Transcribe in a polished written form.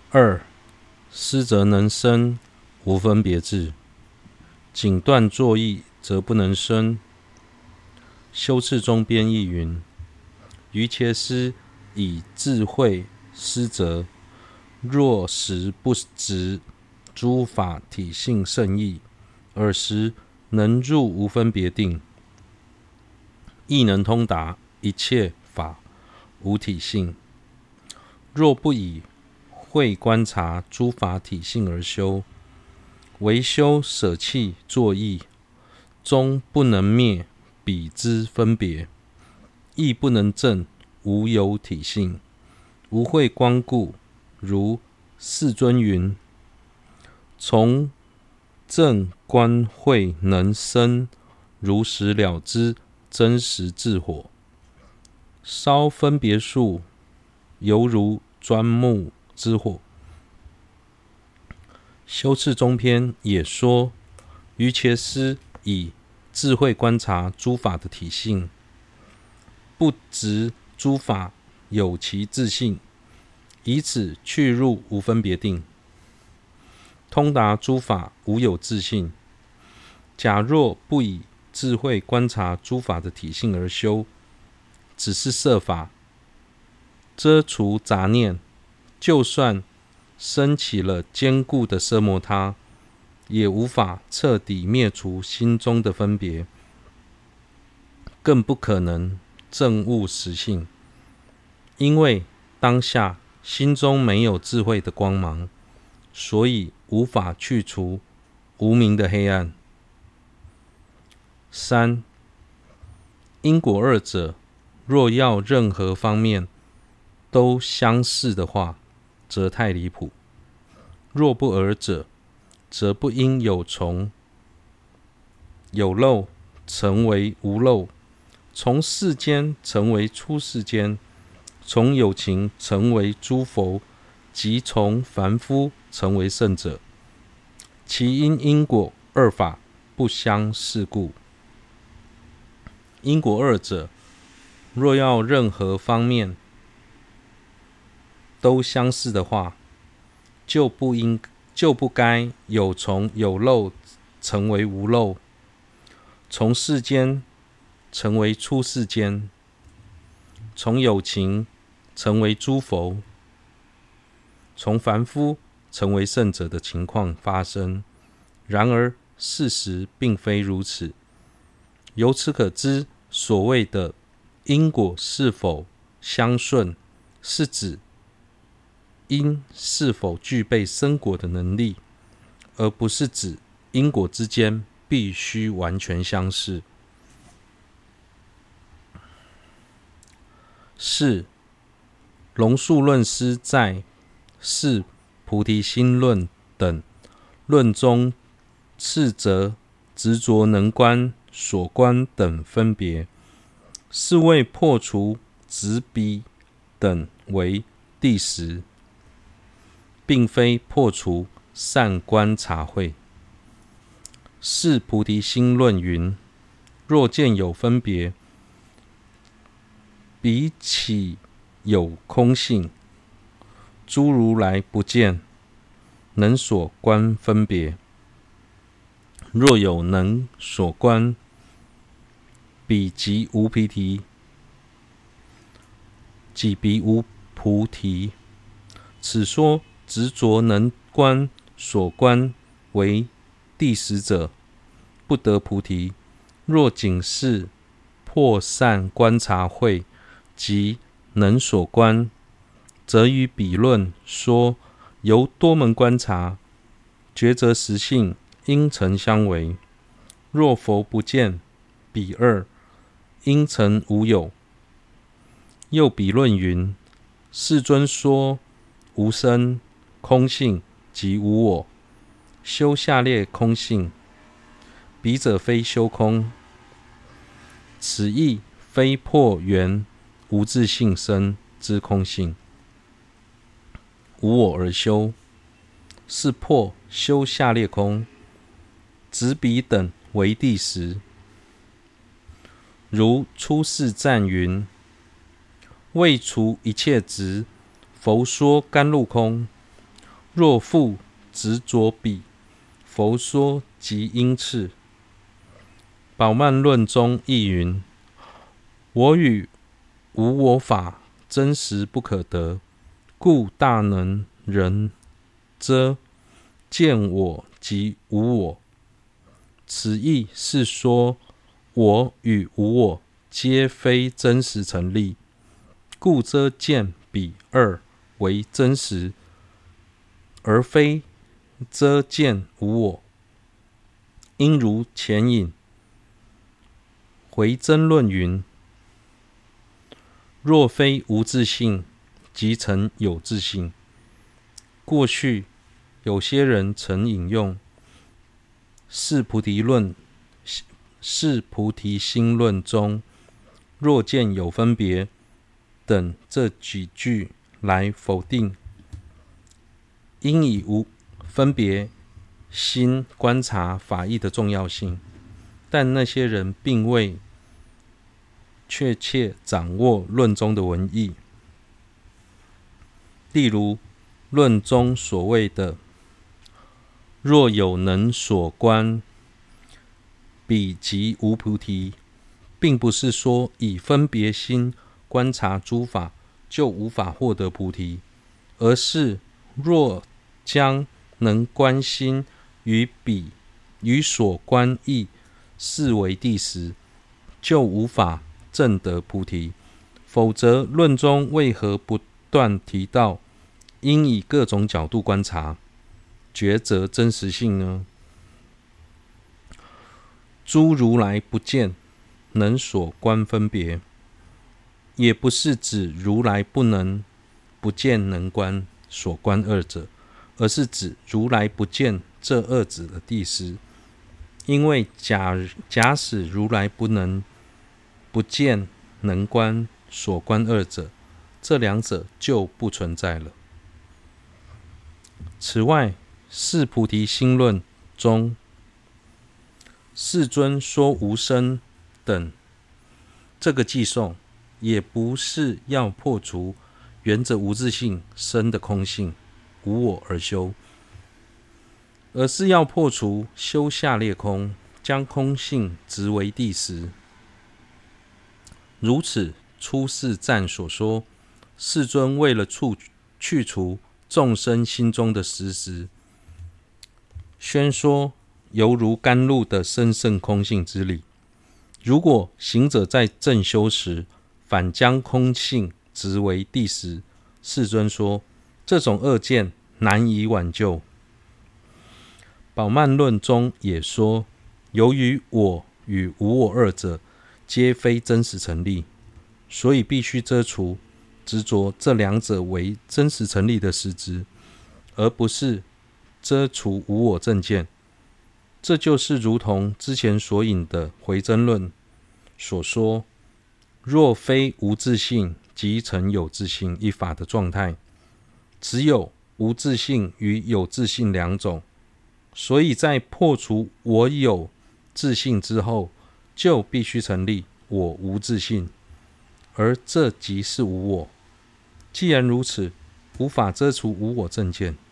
二、思则能生，无分别智；仅断作意，则不能生。修次中编译云：于切思以智慧思则，若实不执诸法体性圣义，尔时能入无分别定，亦能通达一切法无体性。若不以慧观察诸法体性而修，唯修舍弃作意，终不能灭彼之分别，亦不能证无有体性。无慧光故，如世尊云：从正观慧能生如实了知真实智火，烧分别数，犹如钻木之火。修次中篇也说，于切思以智慧观察诸法的体性，不执诸法有其自性，以此去入无分别定，通达诸法无有自性。假若不以智慧观察诸法的体性而修，只是设法遮除杂念，就算升起了坚固的奢摩他，也无法彻底灭除心中的分别，更不可能证悟实性。因为当下心中没有智慧的光芒，所以无法去除无明的黑暗。三、因果二者若要任何方面都相似的话，则太离谱；若不尔者，则不应有从有漏成为无漏，从世间成为出世间，从有情成为诸佛，即从凡夫成为圣者。其因果二法不相似故。因果二者若要任何方面都相似的话，就不该有从有漏成为无漏，从世间成为出世间，从有情成为诸佛，从凡夫成为圣者的情况发生。然而事实并非如此。由此可知，所谓的因果是否相顺，是指因是否具备生果的能力，而不是指因果之间必须完全相似。四、龙树论师在《是菩提心论》等论中斥责执着能观、所观等分别，是为破除执彼等为第十，并非破除善观察慧。是菩提心论云：若见有分别，彼起有空性，诸如来不见，能所观分别。若有能所观，彼即无菩提，即彼无菩提。此说执着能观所观为第十者，不得菩提。若仅是破善观察慧即能所观，则与彼论说由多门观察抉择实性因成相违。若佛不见彼二，因成无有。又彼论云：世尊说无生空性即无我，修下列空性，彼者非修空。此亦非破原无自性生之空性，无我而修，是破修下列空，执彼等为第十。如出世赞云：为除一切执，佛说甘露空， 若复执着彼，佛说即应次。宝鬘论中亦云：我与无我法真实不可得，故大能人遮见我即无我。此意是说我与无我皆非真实成立，故遮见彼二为真实，而非遮见无我。因如前引回真论云：若非无自性，即成有自性。过去有些人曾引用是菩提心论中若见有分别等这几句来否定应以无分别心观察法义的重要性，但那些人并未确切掌握论中的文义。例如论中所谓的若有能所观，彼即无菩提，并不是说以分别心观察诸法就无法获得菩提，而是若将能观心与所观义视为谛实，就无法证得菩提。否则论中为何不断提到应以各种角度观察抉择真实性呢？诸如来不见能所观分别，也不是指如来不见能观所观二者，而是指如来不见这二者的谛实。因为假使如来不见能观所观二者，这两者就不存在了。此外，是菩提心论中世尊说无生等这个偈颂，也不是要破除缘着无自性生的空性无我而修，而是要破除修下列空，将空性执为谛实。如此出世赞所说，世尊为了去除众生心中的实执，宣说犹如甘露的深胜空性之理。如果行者在正修时反将空性执为谛实，世尊说这种恶见难以挽救。宝鬘论中也说，由于我与无我二者皆非真实成立，所以必须遮除执着这两者为真实成立的实质，而不是遮除无我正见。这就是如同之前所引的回真论所说，若非无自性，即成有自性一法的状态。只有无自性与有自性两种，所以在破除我有自性之后，就必须成立我无自性，而这即是无我。既然如此，无法遮除无我正见。